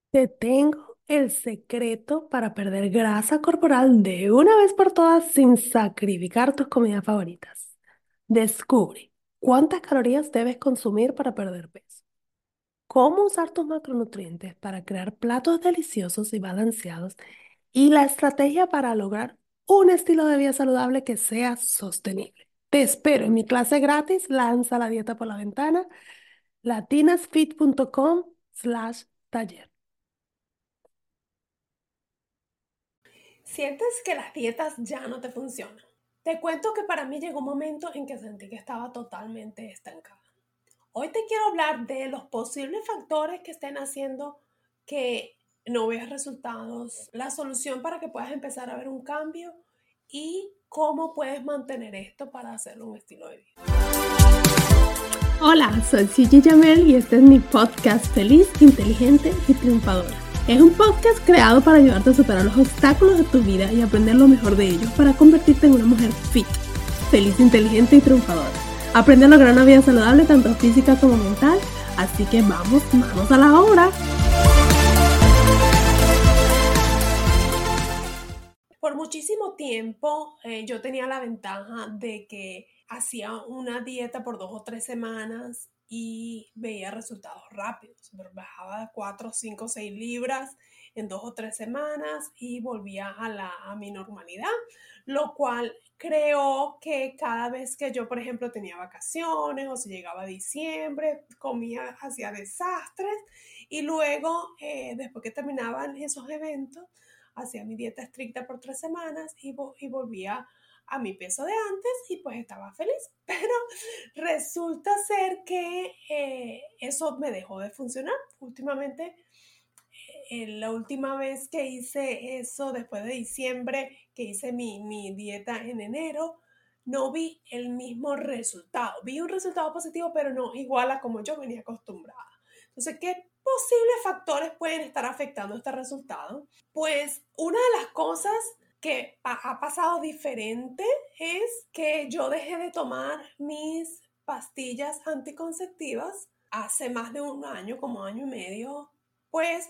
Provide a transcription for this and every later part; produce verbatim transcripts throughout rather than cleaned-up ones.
Te tengo el secreto para perder grasa corporal de una vez por todas sin sacrificar tus comidas favoritas. Descubre cuántas calorías debes consumir para perder peso, cómo usar tus macronutrientes para crear platos deliciosos y balanceados y la estrategia para lograr un estilo de vida saludable que sea sostenible. Te espero en mi clase gratis, Lanza la dieta por la ventana, latinasfit punto com slash taller. ¿Sientes que las dietas ya no te funcionan? Te cuento que para mí llegó un momento en que sentí que estaba totalmente estancada. Hoy te quiero hablar de los posibles factores que estén haciendo que no veas resultados, la solución para que puedas empezar a ver un cambio y cómo puedes mantener esto para hacerlo un estilo de vida. Hola, soy Gigi Jamel y este es mi podcast Feliz, Inteligente y Triunfadora. Es un podcast creado para ayudarte a superar los obstáculos de tu vida y aprender lo mejor de ellos para convertirte en una mujer fit, feliz, inteligente y triunfadora. Aprende a lograr una vida saludable tanto física como mental, así que vamos, vamos a la obra. Por muchísimo tiempo eh, yo tenía la ventaja de que hacía una dieta por dos o tres semanas y veía resultados rápidos. Bajaba de cuatro, cinco, seis libras en dos o tres semanas y volvía a, la, a mi normalidad, lo cual creó que cada vez que yo, por ejemplo, tenía vacaciones o si llegaba a diciembre, comía, hacía desastres y luego, eh, después que terminaban esos eventos, hacía mi dieta estricta por tres semanas y, vo- y volvía a mi peso de antes y pues estaba feliz. Pero resulta ser que eh, eso me dejó de funcionar. Últimamente, eh, la última vez que hice eso, después de diciembre, que hice mi, mi dieta en enero, no vi el mismo resultado. Vi un resultado positivo, pero no igual a como yo venía acostumbrada. Entonces, ¿qué posibles factores pueden estar afectando este resultado? Pues una de las cosas que ha pasado diferente es que yo dejé de tomar mis pastillas anticonceptivas hace más de un año, como año y medio, pues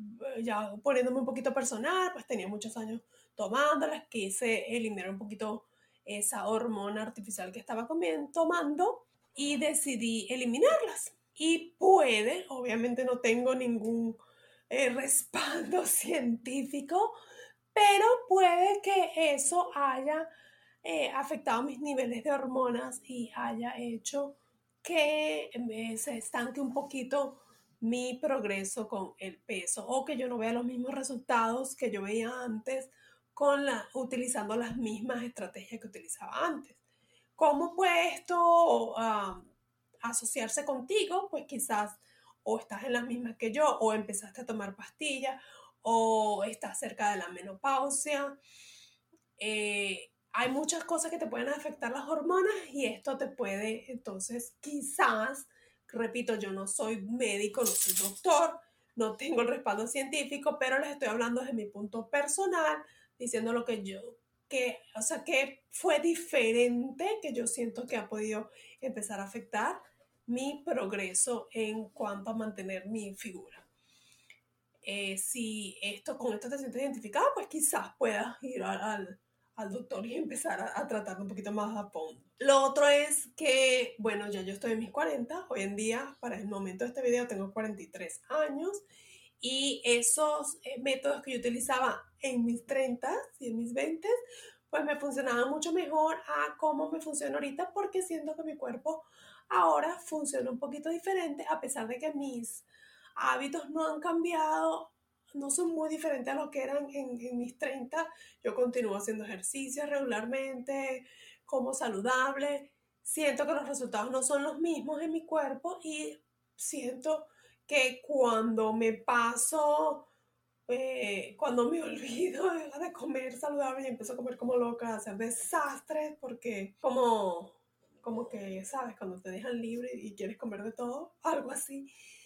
ya poniéndome un poquito personal, pues tenía muchos años tomándolas, quise eliminar un poquito esa hormona artificial que estaba comiendo, tomando y decidí eliminarlas. Y puede, obviamente no tengo ningún eh, respaldo científico, pero puede que eso haya eh, afectado mis niveles de hormonas y haya hecho que me, se estanque un poquito mi progreso con el peso o que yo no vea los mismos resultados que yo veía antes con la, utilizando las mismas estrategias que utilizaba antes. ¿Cómo puede esto uh, asociarse contigo? Pues quizás o estás en las mismas que yo o empezaste a tomar pastillas o estás cerca de la menopausia. Eh, hay muchas cosas que te pueden afectar las hormonas y esto te puede, entonces, quizás, repito, yo no soy médico, no soy doctor, no tengo el respaldo científico, pero les estoy hablando desde mi punto personal, diciendo lo que yo, que, o sea, que fue diferente, que yo siento que ha podido empezar a afectar mi progreso en cuanto a mantener mi figura. Eh, si esto con esto te sientes identificado, pues quizás puedas ir al, al, al doctor y empezar a, a tratarlo un poquito más a fondo. Lo otro es que, bueno, ya yo estoy en mis cuarenta, hoy en día, para el momento de este video, tengo cuarenta y tres años y esos eh, métodos que yo utilizaba en mis treinta y en mis veinte, pues me funcionaban mucho mejor a cómo me funciona ahorita porque siento que mi cuerpo ahora funciona un poquito diferente a pesar de que mis hábitos no han cambiado, no son muy diferentes a lo que eran en, en mis treinta. Yo continúo haciendo ejercicio regularmente, como saludable. Siento que los resultados no son los mismos en mi cuerpo y siento que cuando me paso, eh, cuando me olvido de comer saludable y empiezo a comer como loca, a hacer desastres, porque como, como que, ¿sabes? Cuando te dejan libre y quieres comer de todo, algo así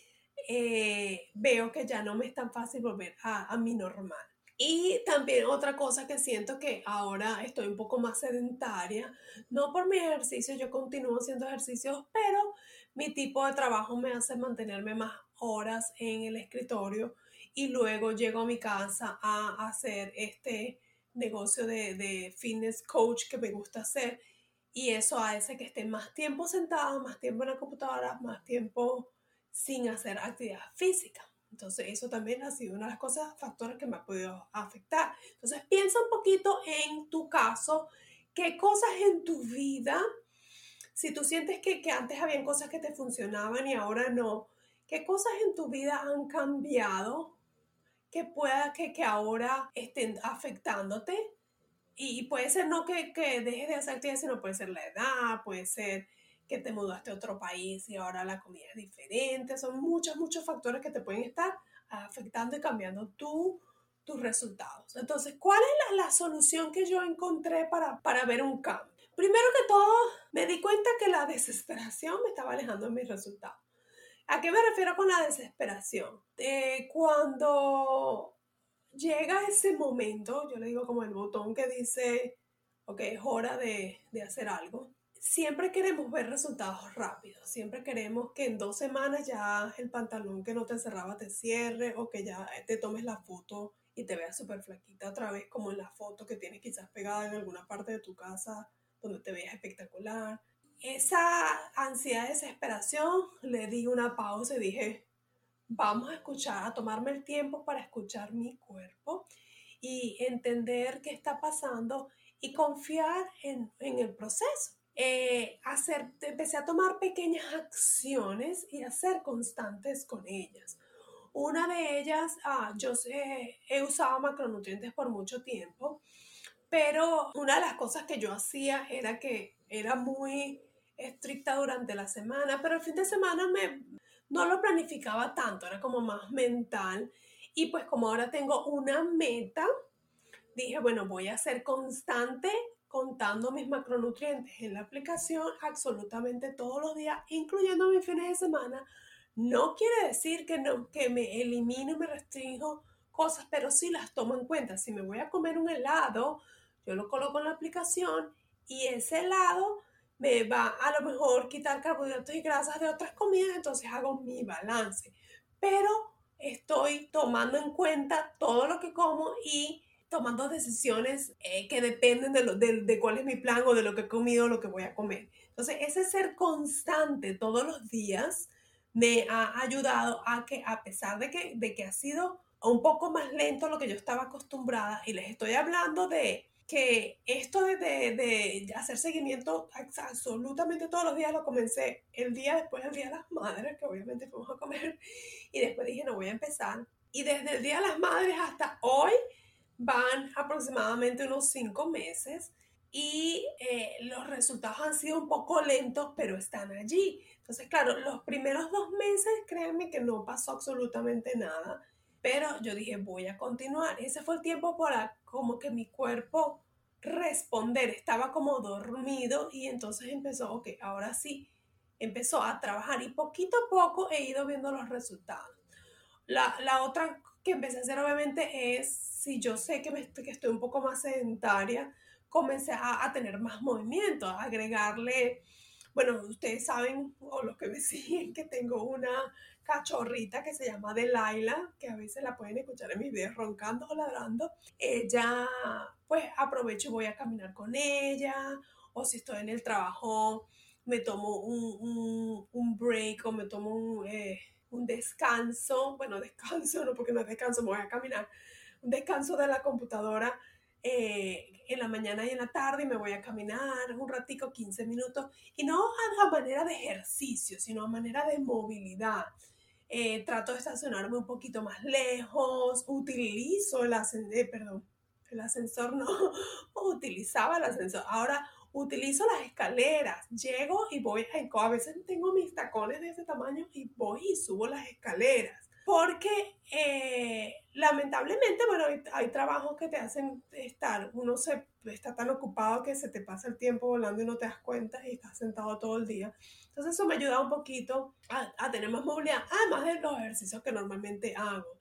eh, veo que ya no me es tan fácil volver a, a mi normal. Y también otra cosa que siento que ahora estoy un poco más sedentaria, no por mi ejercicio, yo continúo haciendo ejercicios, pero mi tipo de trabajo me hace mantenerme más horas en el escritorio y luego llego a mi casa a hacer este negocio de, de fitness coach que me gusta hacer y eso hace que esté más tiempo sentada, más tiempo en la computadora, más tiempo sin hacer actividad física. Entonces eso también ha sido una de las cosas, factores que me ha podido afectar. Entonces piensa un poquito en tu caso, qué cosas en tu vida, si tú sientes que, que antes habían cosas que te funcionaban y ahora no, qué cosas en tu vida han cambiado que pueda que, que ahora estén afectándote. Y puede ser no que, que dejes de hacer actividad, sino puede ser la edad, puede ser que te mudaste a otro país y ahora la comida es diferente. Son muchos, muchos factores que te pueden estar afectando y cambiando tu, tus resultados. Entonces, ¿cuál es la, la solución que yo encontré para, para ver un cambio? Primero que todo, me di cuenta que la desesperación me estaba alejando de mis resultados. ¿A qué me refiero con la desesperación? Eh, cuando llega ese momento, yo le digo como el botón que dice, ok, es hora de, de hacer algo. Siempre queremos ver resultados rápidos, siempre queremos que en dos semanas ya el pantalón que no te cerraba te cierre o que ya te tomes la foto y te veas súper flaquita otra vez como en la foto que tienes quizás pegada en alguna parte de tu casa donde te veas espectacular. Esa ansiedad, desesperación, le di una pausa y dije, vamos a escuchar, a tomarme el tiempo para escuchar mi cuerpo y entender qué está pasando y confiar en, en el proceso. Eh, hacer, empecé a tomar pequeñas acciones y a ser constantes con ellas. Una de ellas, ah, yo sé, he usado macronutrientes por mucho tiempo, pero una de las cosas que yo hacía era que era muy estricta durante la semana, pero el fin de semana me, no lo planificaba tanto, era como más mental. Y pues como ahora tengo una meta, dije, bueno, voy a ser constante contando mis macronutrientes en la aplicación absolutamente todos los días, incluyendo mis fines de semana. No quiere decir que, no, que me elimino y me restringo cosas, pero sí las tomo en cuenta. Si me voy a comer un helado, yo lo coloco en la aplicación y ese helado me va a lo mejor quitar carbohidratos y grasas de otras comidas, entonces hago mi balance. Pero estoy tomando en cuenta todo lo que como y tomando decisiones eh, que dependen de, lo, de, de cuál es mi plan o de lo que he comido o lo que voy a comer. Entonces, ese ser constante todos los días me ha ayudado a que, a pesar de que, de que ha sido un poco más lento a lo que yo estaba acostumbrada, y les estoy hablando de que esto de, de, de hacer seguimiento absolutamente todos los días lo comencé el día después del Día de las Madres, que obviamente fuimos a comer, y después dije, no voy a empezar. Y desde el Día de las Madres hasta hoy van aproximadamente unos cinco meses y eh, los resultados han sido un poco lentos, pero están allí. Entonces, claro, los primeros dos meses, créanme que no pasó absolutamente nada, pero yo dije, voy a continuar. Ese fue el tiempo para como que mi cuerpo responder, estaba como dormido y entonces empezó, ok, ahora sí, empezó a trabajar y poquito a poco he ido viendo los resultados. La, la otra que empecé a hacer obviamente es, si yo sé que, me, que estoy un poco más sedentaria, comencé a, a tener más movimiento, a agregarle, bueno, ustedes saben, o los que me siguen, que tengo una cachorrita que se llama Delilah, que a veces la pueden escuchar en mis videos roncando o ladrando. Ella, pues aprovecho y voy a caminar con ella, o si estoy en el trabajo, me tomo un, un, un break o me tomo un... Eh, un descanso, bueno, descanso, no porque no es descanso, me voy a caminar, un descanso de la computadora eh, en la mañana y en la tarde y me voy a caminar un ratico, quince minutos, y no a, a manera de ejercicio, sino a manera de movilidad. Eh, trato de estacionarme un poquito más lejos, utilizo el ascensor, eh, perdón, el ascensor no, utilizaba el ascensor, ahora utilizo las escaleras, llego y voy, a veces tengo mis tacones de ese tamaño y voy y subo las escaleras. Porque eh, lamentablemente, bueno, hay, hay trabajos que te hacen estar, uno se está tan ocupado que se te pasa el tiempo volando y no te das cuenta y estás sentado todo el día. Entonces eso me ayuda un poquito a, a tener más movilidad, además de los ejercicios que normalmente hago.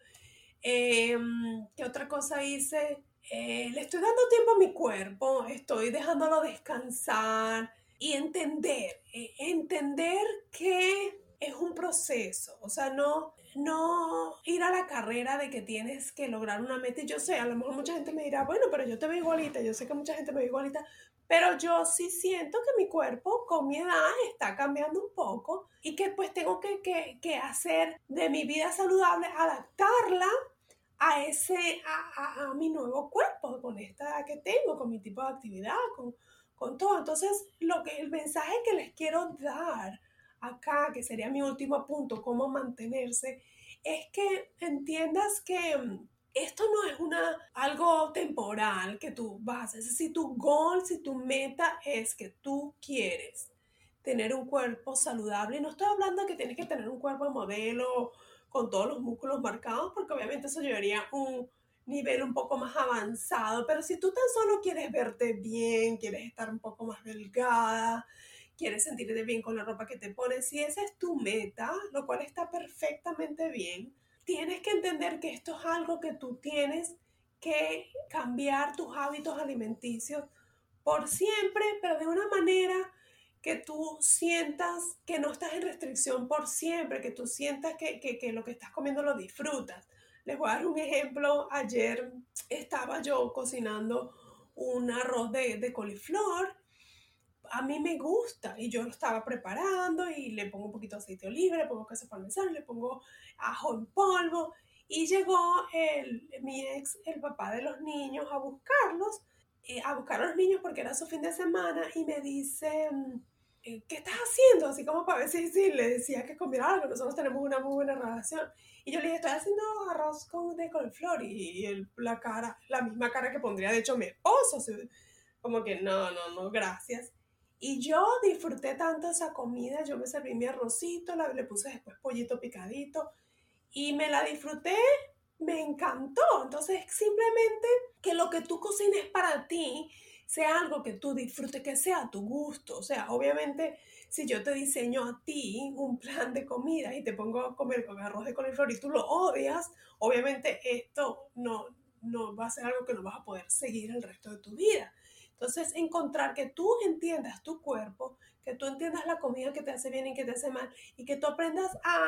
Eh, ¿Qué otra cosa hice? Eh, le estoy dando tiempo a mi cuerpo, estoy dejándolo descansar y entender, eh, entender que es un proceso, o sea, no, no ir a la carrera de que tienes que lograr una meta. Y yo sé, a lo mejor mucha gente me dirá, bueno, pero yo te veo igualita, yo sé que mucha gente me ve igualita, pero yo sí siento que mi cuerpo con mi edad está cambiando un poco y que pues tengo que, que, que hacer de mi vida saludable, adaptarla a, ese, a, a, a mi nuevo cuerpo, con esta edad que tengo, con mi tipo de actividad, con, con todo. Entonces, lo que, el mensaje que les quiero dar acá, que sería mi último punto, cómo mantenerse, es que entiendas que esto no es una, algo temporal que tú vas a hacer. Si tu goal, si tu meta es que tú quieres tener un cuerpo saludable, y no estoy hablando de que tienes que tener un cuerpo modelo con todos los músculos marcados, porque obviamente eso llevaría un nivel un poco más avanzado, pero si tú tan solo quieres verte bien, quieres estar un poco más delgada, quieres sentirte bien con la ropa que te pones, si esa es tu meta, lo cual está perfectamente bien, tienes que entender que esto es algo que tú tienes que cambiar tus hábitos alimenticios por siempre, pero de una manera que tú sientas que no estás en restricción por siempre, que tú sientas que, que, que lo que estás comiendo lo disfrutas. Les voy a dar un ejemplo. Ayer estaba yo cocinando un arroz de, de coliflor. A mí me gusta y yo lo estaba preparando y le pongo un poquito de aceite de oliva, le pongo queso parmesano, le pongo ajo en polvo y llegó el, mi ex, el papá de los niños, a buscarlos, eh, a buscar a los niños porque era su fin de semana y me dice, ¿qué estás haciendo? Así como para ver si, si le decía que comiera algo. Nosotros tenemos una muy buena relación. Y yo le dije, estoy haciendo arroz con, de coliflor. Y, y el, la cara, la misma cara que pondría, de hecho, mi esposo. Como que, no, no, no, gracias. Y yo disfruté tanto esa comida. Yo me serví mi arrocito, la, le puse después pollito picadito. Y me la disfruté, me encantó. Entonces, simplemente que lo que tú cocines para ti sea algo que tú disfrutes, que sea a tu gusto. O sea, obviamente, si yo te diseño a ti un plan de comida y te pongo a comer con arroz de coliflor y tú lo odias, obviamente esto no, no va a ser algo que no vas a poder seguir el resto de tu vida. Entonces, encontrar que tú entiendas tu cuerpo, que tú entiendas la comida que te hace bien y que te hace mal, y que tú aprendas a,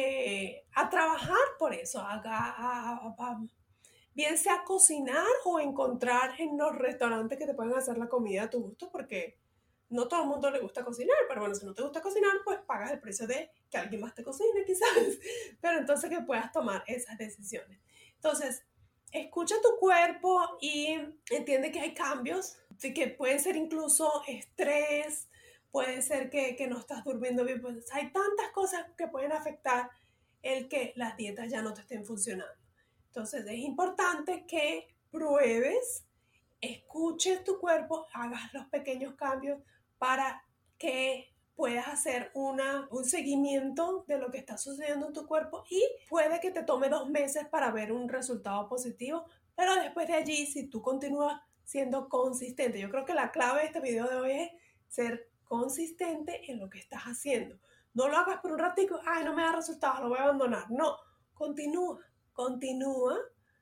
eh, a trabajar por eso, a, a, a, a bien sea cocinar o encontrar en los restaurantes que te pueden hacer la comida a tu gusto, porque no todo el mundo le gusta cocinar, pero bueno, si no te gusta cocinar, pues pagas el precio de que alguien más te cocine quizás, pero entonces que puedas tomar esas decisiones. Entonces, escucha tu cuerpo y entiende que hay cambios, que pueden ser incluso estrés, puede ser que, que no estás durmiendo bien, pues hay tantas cosas que pueden afectar el que las dietas ya no te estén funcionando. Entonces es importante que pruebes, escuches tu cuerpo, hagas los pequeños cambios para que puedas hacer una, un seguimiento de lo que está sucediendo en tu cuerpo, y puede que te tome dos meses para ver un resultado positivo, pero después de allí, si tú continúas siendo consistente, yo creo que la clave de este video de hoy es ser consistente en lo que estás haciendo. No lo hagas por un ratico, ay, no me da resultados, lo voy a abandonar. No, continúa. Continúa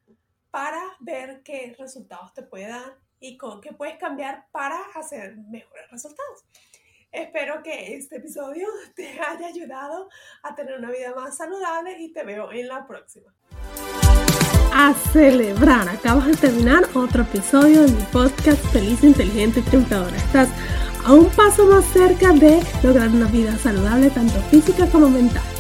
para ver qué resultados te puede dar y con qué puedes cambiar para hacer mejores resultados. Espero que este episodio te haya ayudado a tener una vida más saludable y te veo en la próxima. A celebrar, acabas de terminar otro episodio de mi podcast Feliz, Inteligente y Triunfadora. Estás a un paso más cerca de lograr una vida saludable, tanto física como mental.